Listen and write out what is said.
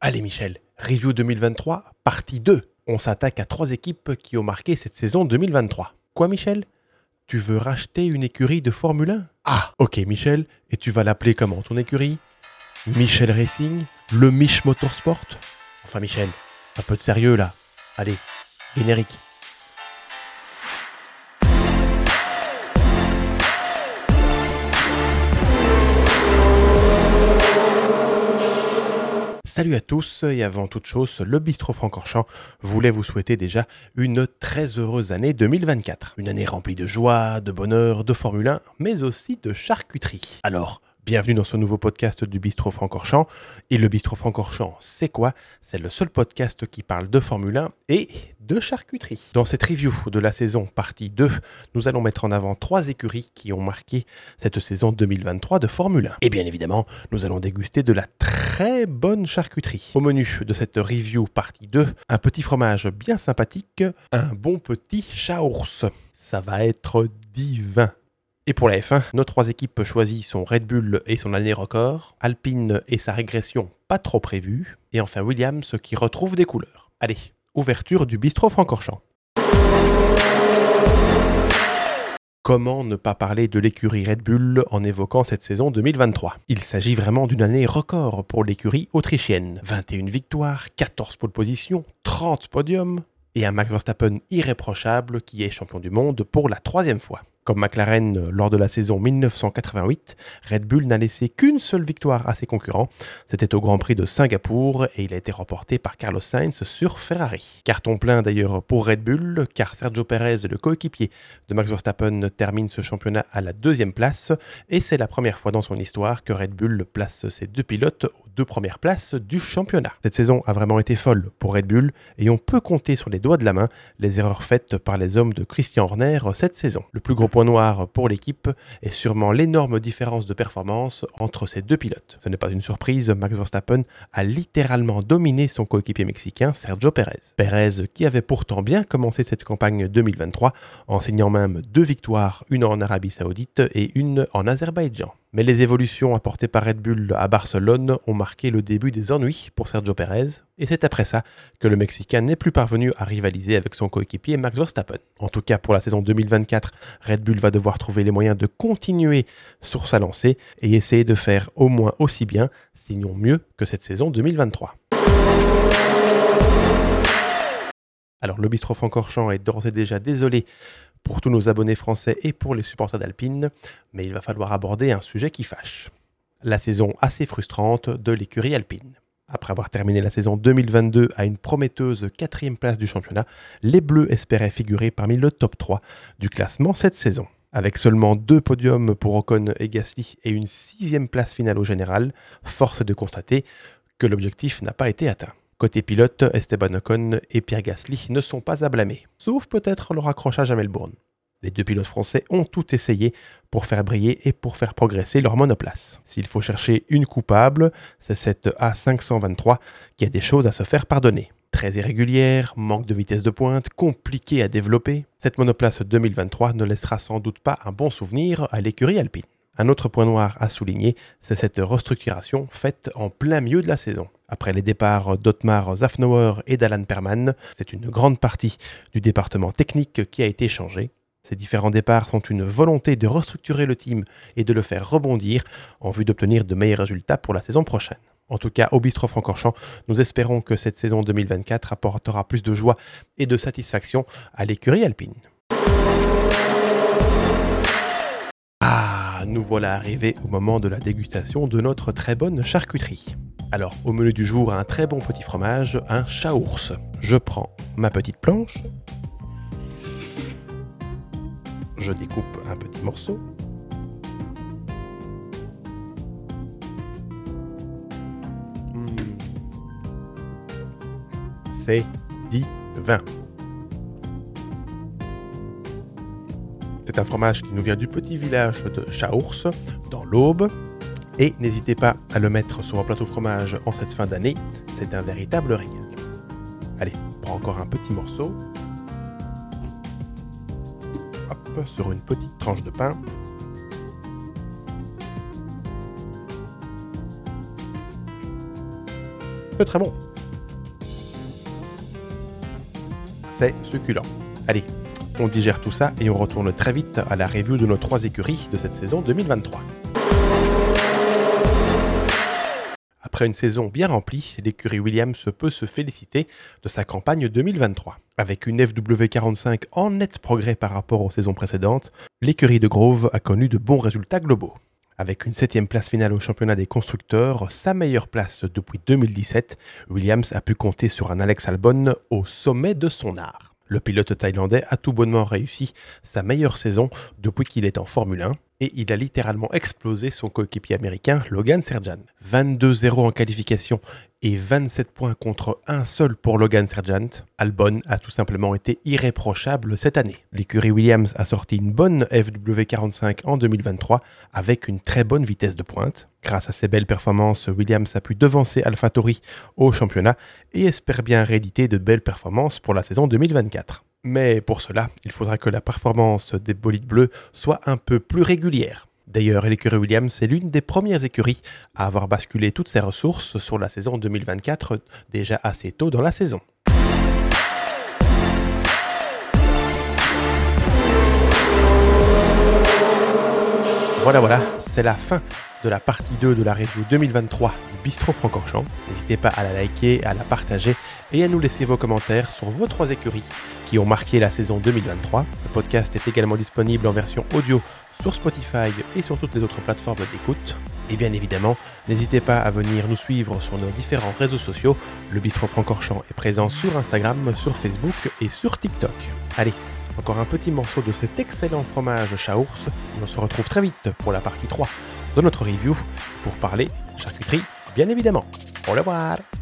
Allez Michel, review 2023, partie 2. On s'attaque à 3 équipes qui ont marqué cette saison 2023. Quoi Michel ? Tu veux racheter une écurie de Formule 1 ? Ah, ok Michel, et tu vas l'appeler comment ton écurie ? Michel Racing ? Le Mich Motorsport ? Enfin Michel, un peu de sérieux là. Allez, générique. Salut à tous et avant toute chose, le Bistrot Francorchamps voulait vous souhaiter déjà une très heureuse année 2024. Une année remplie de joie, de bonheur, de Formule 1, mais aussi de charcuterie. Alors, bienvenue dans ce nouveau podcast du Bistrot Francorchamps. Et le Bistrot Francorchamps, c'est quoi ? C'est le seul podcast qui parle de Formule 1 et de charcuterie. Dans cette review de la saison partie 2, nous allons mettre en avant 3 écuries qui ont marqué cette saison 2023 de Formule 1. Et bien évidemment, nous allons déguster de la très bonne charcuterie. Au menu de cette review partie 2, un petit fromage bien sympathique, un bon petit chaours. Ça va être divin. Et pour la F1, nos 3 équipes choisies sont Red Bull et son année record, Alpine et sa régression pas trop prévue, et enfin Williams qui retrouve des couleurs. Allez, ouverture du Bistrot Francorchamps. Comment ne pas parler de l'écurie Red Bull en évoquant cette saison 2023 ? Il s'agit vraiment d'une année record pour l'écurie autrichienne. 21 victoires, 14 pole positions, 30 podiums et un Max Verstappen irréprochable qui est champion du monde pour la 3e fois. Comme McLaren lors de la saison 1988, Red Bull n'a laissé qu'une seule victoire à ses concurrents. C'était au Grand Prix de Singapour et il a été remporté par Carlos Sainz sur Ferrari. Carton plein d'ailleurs pour Red Bull, car Sergio Pérez, le coéquipier de Max Verstappen, termine ce championnat à la 2e place et c'est la première fois dans son histoire que Red Bull place ses 2 pilotes aux 2 premières places du championnat. Cette saison a vraiment été folle pour Red Bull et on peut compter sur les doigts de la main les erreurs faites par les hommes de Christian Horner cette saison. Le plus gros point noir pour l'équipe est sûrement l'énorme différence de performance entre ces 2 pilotes. Ce n'est pas une surprise, Max Verstappen a littéralement dominé son coéquipier mexicain Sergio Pérez. Pérez qui avait pourtant bien commencé cette campagne 2023 en signant même 2 victoires, une en Arabie Saoudite et une en Azerbaïdjan. Mais les évolutions apportées par Red Bull à Barcelone ont marqué le début des ennuis pour Sergio Pérez, et c'est après ça que le Mexicain n'est plus parvenu à rivaliser avec son coéquipier Max Verstappen. En tout cas pour la saison 2024, Red Bull va devoir trouver les moyens de continuer sur sa lancée et essayer de faire au moins aussi bien, sinon mieux que cette saison 2023. Alors le Bistrot Francorchamps est d'ores et déjà désolé pour tous nos abonnés français et pour les supporters d'Alpine, mais il va falloir aborder un sujet qui fâche. La saison assez frustrante de l'écurie Alpine. Après avoir terminé la saison 2022 à une prometteuse 4e place du championnat, les Bleus espéraient figurer parmi le top 3 du classement cette saison. Avec seulement 2 podiums pour Ocon et Gasly et une 6e place finale au général, force est de constater que l'objectif n'a pas été atteint. Côté pilote, Esteban Ocon et Pierre Gasly ne sont pas à blâmer, sauf peut-être leur accrochage à Melbourne. Les 2 pilotes français ont tout essayé pour faire briller et pour faire progresser leur monoplace. S'il faut chercher une coupable, c'est cette A523 qui a des choses à se faire pardonner. Très irrégulière, manque de vitesse de pointe, compliquée à développer, cette monoplace 2023 ne laissera sans doute pas un bon souvenir à l'écurie Alpine. Un autre point noir à souligner, c'est cette restructuration faite en plein milieu de la saison. Après les départs d'Otmar Zafnauer et d'Alan Perman, c'est une grande partie du département technique qui a été changée. Ces différents départs sont une volonté de restructurer le team et de le faire rebondir en vue d'obtenir de meilleurs résultats pour la saison prochaine. En tout cas, au Bistrot Francorchamps, nous espérons que cette saison 2024 apportera plus de joie et de satisfaction à l'écurie Alpine. Nous voilà arrivés au moment de la dégustation de notre très bonne charcuterie. Alors, au menu du jour, un très bon petit fromage, un chaours. Je prends ma petite planche, je découpe un petit morceau, c'est divin. C'est un fromage qui nous vient du petit village de Chaours, dans l'Aube. Et n'hésitez pas à le mettre sur un plateau fromage en cette fin d'année, c'est un véritable régal. Allez, prends encore un petit morceau. Hop, sur une petite tranche de pain. C'est très bon. C'est succulent. Allez, on digère tout ça et on retourne très vite à la review de nos 3 écuries de cette saison 2023. Après une saison bien remplie, l'écurie Williams peut se féliciter de sa campagne 2023. Avec une FW45 en net progrès par rapport aux saisons précédentes, l'écurie de Grove a connu de bons résultats globaux. Avec une 7e place finale au championnat des constructeurs, sa meilleure place depuis 2017, Williams a pu compter sur un Alex Albon au sommet de son art. Le pilote thaïlandais a tout bonnement réussi sa meilleure saison depuis qu'il est en Formule 1 et il a littéralement explosé son coéquipier américain Logan Sargeant. 22-0 en qualification et 27 points contre un seul pour Logan Sargeant. Albon a tout simplement été irréprochable cette année. L'écurie Williams a sorti une bonne FW45 en 2023 avec une très bonne vitesse de pointe. Grâce à ses belles performances, Williams a pu devancer AlphaTauri au championnat et espère bien rééditer de belles performances pour la saison 2024. Mais pour cela, il faudra que la performance des bolides bleus soit un peu plus régulière. D'ailleurs, l'écurie Williams est l'une des premières écuries à avoir basculé toutes ses ressources sur la saison 2024 déjà assez tôt dans la saison. Voilà, c'est la fin de la partie 2 de la review 2023 du Bistro Francorchamps. N'hésitez pas à la liker, à la partager et à nous laisser vos commentaires sur vos 3 écuries qui ont marqué la saison 2023. Le podcast est également disponible en version audio sur Spotify et sur toutes les autres plateformes d'écoute. Et bien évidemment, n'hésitez pas à venir nous suivre sur nos différents réseaux sociaux. Le Bistro Francorchamps est présent sur Instagram, sur Facebook et sur TikTok. Allez, encore un petit morceau de cet excellent fromage Chaours. On se retrouve très vite pour la partie 3 de notre review pour parler charcuterie, bien évidemment. Au revoir.